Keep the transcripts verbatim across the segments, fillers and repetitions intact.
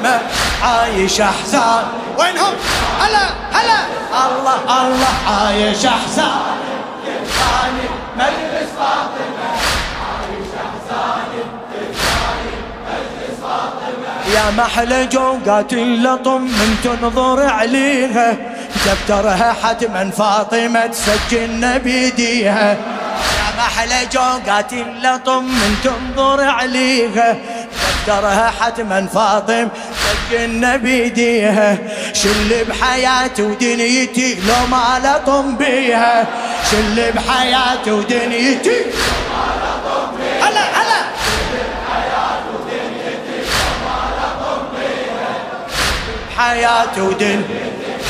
فاطمة عايش أحزان. وينهم؟ هلا هلا الله الله عايش أحزان تلقاني مجلس فاطمة عايش أحزان تلقاني مجلس فاطمة. يا محلى جوقات اللطم من تنظر عليها دفترها حتما فاطمة تسجلنا بيديها. يا محلى جوقات اللطم من تنظر عليها دفترها حتما فاطمة تسجلنا بيديها. شل بحياتي ودنيتي لو ما لطم بيها شل بحياتي ودنيتي لو ما لطم بيها. هلا هلا شل بحياتي ودنيتي لو ما لطم بيها حياتي ودنيتي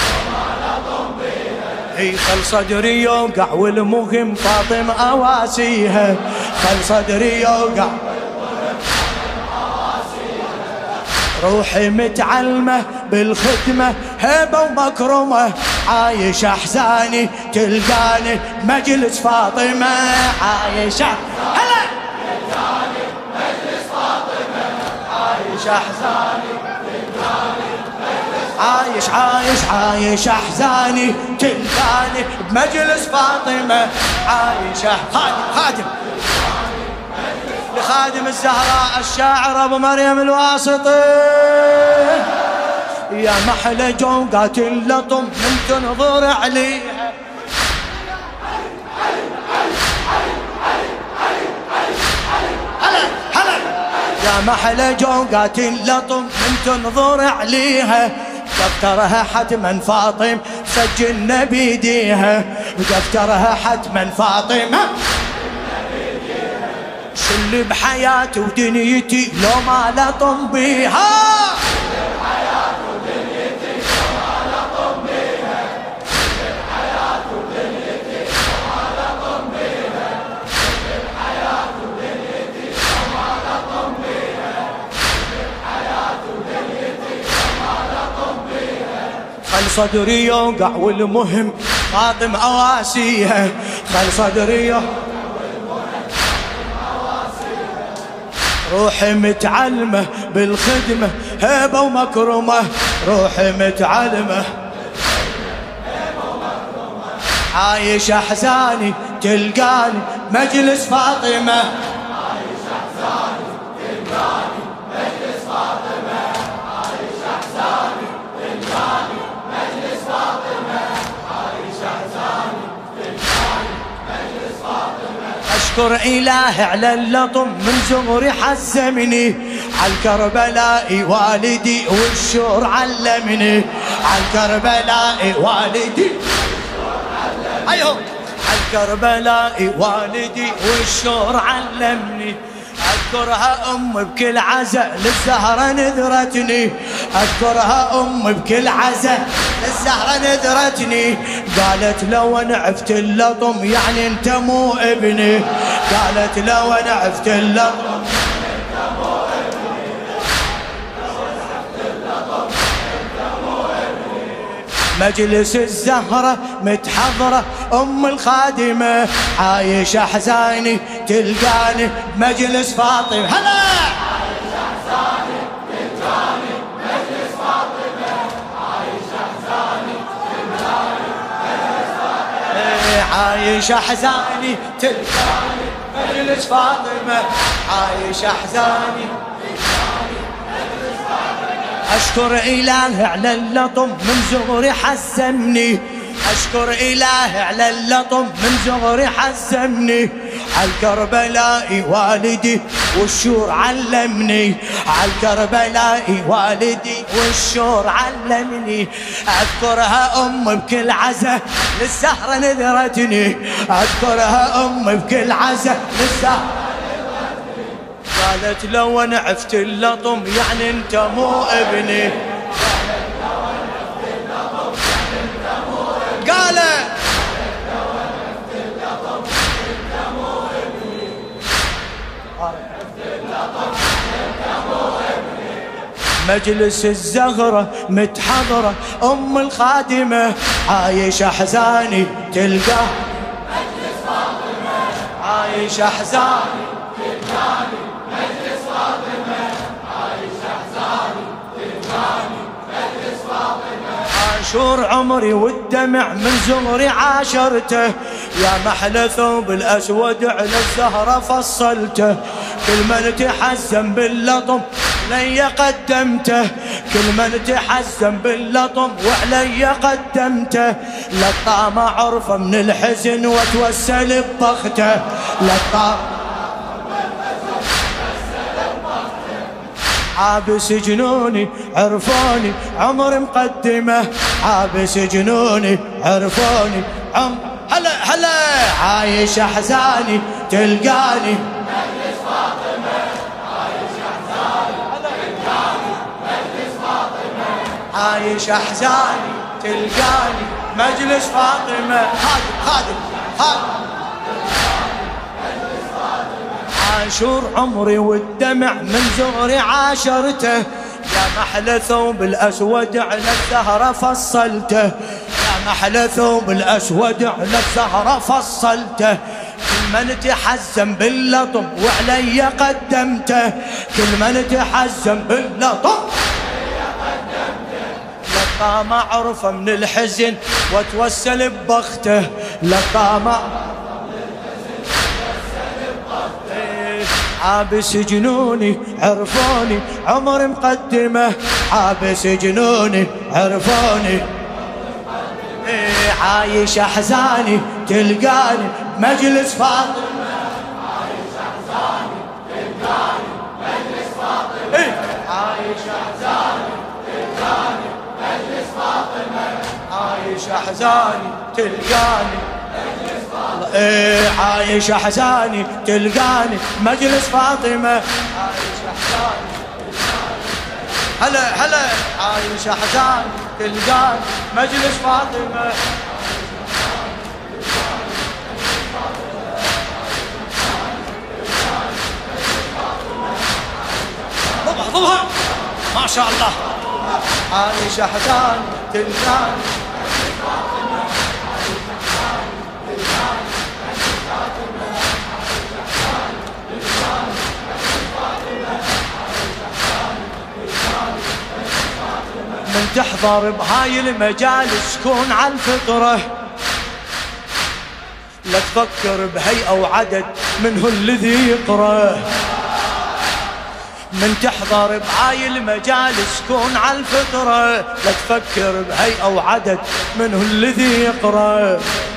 هي خل صدري يوقع والمهم فاطم أواسيها خل صدري يوقع روحي متعلمة بالخدمة هبة ومكرمة عايش أحزاني تلقاني مجلس فاطمة عايش هلا تلقاني مجلس فاطمة عايش أحزاني تلقاني عايش عايش عايش أحزاني تلقاني بمجلس فاطمة عايش. خادم خادم لخادم الزهراء الشاعر أبو مريم الواسطي. يا محلى جوقات اللطم من تنظر عليها هلا هلا يا محلى جوقات اللطم من تنظر عليها دفترها حتما فاطمة سجلنا بيديها دفترها حتما فاطمة شل بحياتي ودنيتي لو ما لطم بيها شل بحياتي ودنيتي لو ما لطم بيها شل بحياتي ودنيتي لو ما لطم بيها شل بحياتي ودنيتي لو ما لطم بيها شل بحياتي ودنيتي لو ما لطم بيها. خل صدري يوقع والمهم فاطم أواسيها خل صدري يوقع روحي متعلمة بالخدمة هبة ومكرمة روحي متعلمة عايش أحزاني تلقاني مجلس فاطمة عايش أحزاني تلقاني مجلس فاطمة عايش أحزاني تلقاني مجلس فاطمة عايش أحزاني تلقاني مجلس فاطمة. أشكر إلهي على اللطم من زغري حزمني عالكربلاء والدي والشور علمني عالكربلاء والدي أيوه عالكربلاء والدي والشور علمني. أذكرها أم بكل عزاء للزهرة نذرتني أذكرها أم بكل عزاء للزهرة نذرتني قالت لو أنا عفت اللطم يعني أنت مو ابني قالت لو أنا عفت اللطم يعني أنت مو ابني لو أنا عفت اللطم أنت مو ابني. مجلس الزهرة متحضرة أم الخادمة عايش أحزاني تلقاني مجلس فاطمة هلا عايش أحزاني تلقاني مجلس فاطمة عايش أحزاني تلقاني مجلس فاطمة عايش أحزاني تلقاني مجلس فاطمة عايش أحزاني أشكر إلهي على اللطم من زغري حزمني أشكر إلهي على اللطم من زغري حزمني عالكربلاء والدي والشور علمني عالكربلاء والدي والشور علمني. أذكرها أم بكل عزة للزهرة نذرتني أذكرها أم بكل عزة للزهرة قالت لو أنا عفت اللطم يعني أنت مو ابني قالت لو أنا عفت اللطم يعني أنت مو ابني قالت لو أنا عفت اللطم يعني أنت مو ابني عفت اللطم يعني أنت مو ابني. مجلس الزهرة متحضرة أم الخادمة عايش أحزاني تلقاه مجلس فاطمة عايش أحزاني تلقاني مجلس فاطمة عايش أحزاني تلقاني عاشور عمري والدمع من زغري عاشرته، يا محلى ثوب الأسود على الزهرة فصلته، كل من تحزن باللطم لي قدمته، كل من تحزن باللطم وعلي قدمته، للطامة عرفه من الحزن وتوسل ببخته، للطامة عابس جنوني عرفوني عمر مقدمه، عابس جنوني عرفوني عمر هلا هلا، عايش احزاني تلقاني مجلس فاطمه، عايش احزاني تلقاني مجلس فاطمه، عايش احزاني تلقاني مجلس فاطمه، خادم خادم خادم عاشور عمري والدمع من زغري عاشرته، يا محلى ثوب الأسود على الزهرة فصلته، يا محلى ثوب الأسود على الزهرة فصلته، كل من تحزن باللطم وعلي قدمته، كل من تحزن باللطم لطامة عرفه من الحزن وتوسل ببخته، لطامة عابس جنوني عرفوني عمر مقدمه، عابس جنوني عرفوني عايش احزاني تلقاني مجلس فاطمه، عايش احزاني تلقاني مجلس فاطمه، عايش احزاني تلقاني مجلس فاطمه، عايش احزاني تلقاني ايه، عايش احزاني تلقاني مجلس فاطمه، عايش احزاني هلا هلا، عايش احزاني تلقاني مجلس فاطمه، ضبها ضبها ما شاء الله، عايش احزاني تلقاني من تحضر بهاي المجالس كون على الفطرة، لا تفكر بهيئة وعدد منه الذي يقرأ، من تحضر بهاي المجالس كون على الفطرة، لا تفكر بهيئة وعدد منه الذي يقرأ،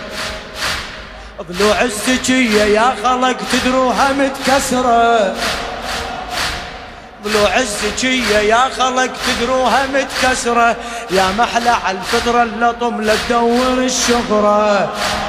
ضلوع الزكية يا خلق تدروها متكسرة، ضلوع الزكية يا خلق تدروها متكسرة، يا محلى على الفطرة اللطم لا تدور الشهرة،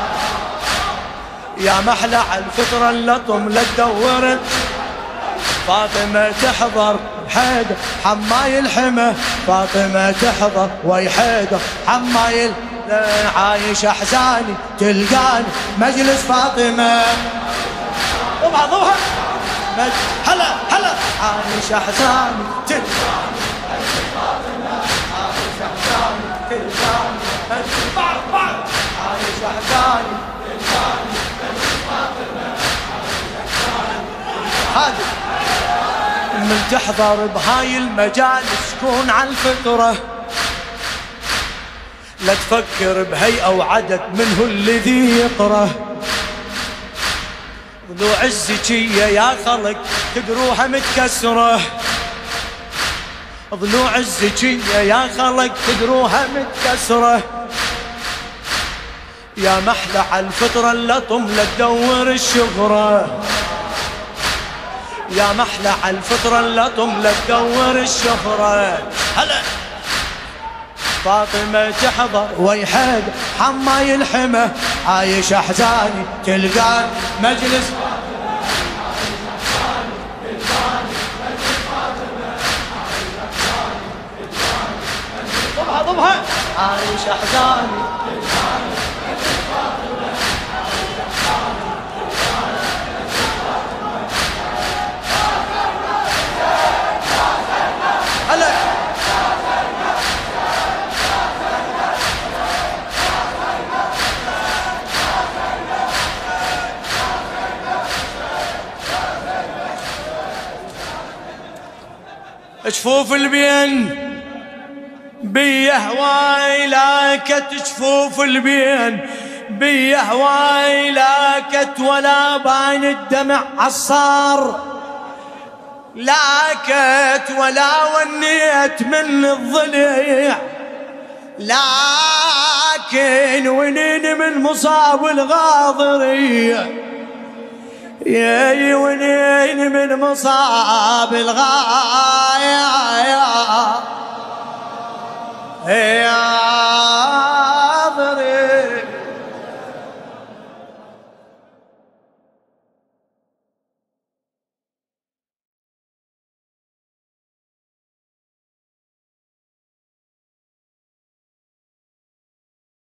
يا محلى على الفطرة اللطم لا تدور، فاطمة تحضر حيدر حماي الحمى، فاطمة تحضر وي حيدر حماي، عايش احزاني تلقاني مجلس فاطمة، ضبها ضبها هلا هلا، عايش احزاني تلقاني مجلس فاطمة، عايش احزاني تلقاني مجلس بعض بعض، عايش احزاني تلقاني مجلس فاطمة، عايش احزاني هذا من تحضر بهاي المجالس كون على الفطرة، لا تفكر بهيئة وعدد منه الذي يقرأ، ضلوع الزكية يا خلق تدروها متكسرة، ضلوع الزكية يا خلق تدروها متكسرة، يا محلى على الفطرة اللطم لا تدور الشهرة، يا محلى على الفطرة اللطم لا تدور الشهرة، هلا فاطمة تحضر وي حيدر حماي الحمى، عايش احزاني تلقاني مجلس فاطمة، عايش احزاني تلقاني مجلس فاطمة، عايش احزاني تلقاني مجلس فاطمة، ضبها ضبها، عايش احزاني تلقاني مجلس فاطمة، عايش احزاني تلقاني مجلس فاطمة، هلا جفوف البين بيه ويلاكت جفوف البين، بيه ويلاكت ولا باين الدمع عصار، لاكت ولا ونيت من الضليع، لكن ونين من مصاب الغاضرية، يا ونين من مصاب الغاية يا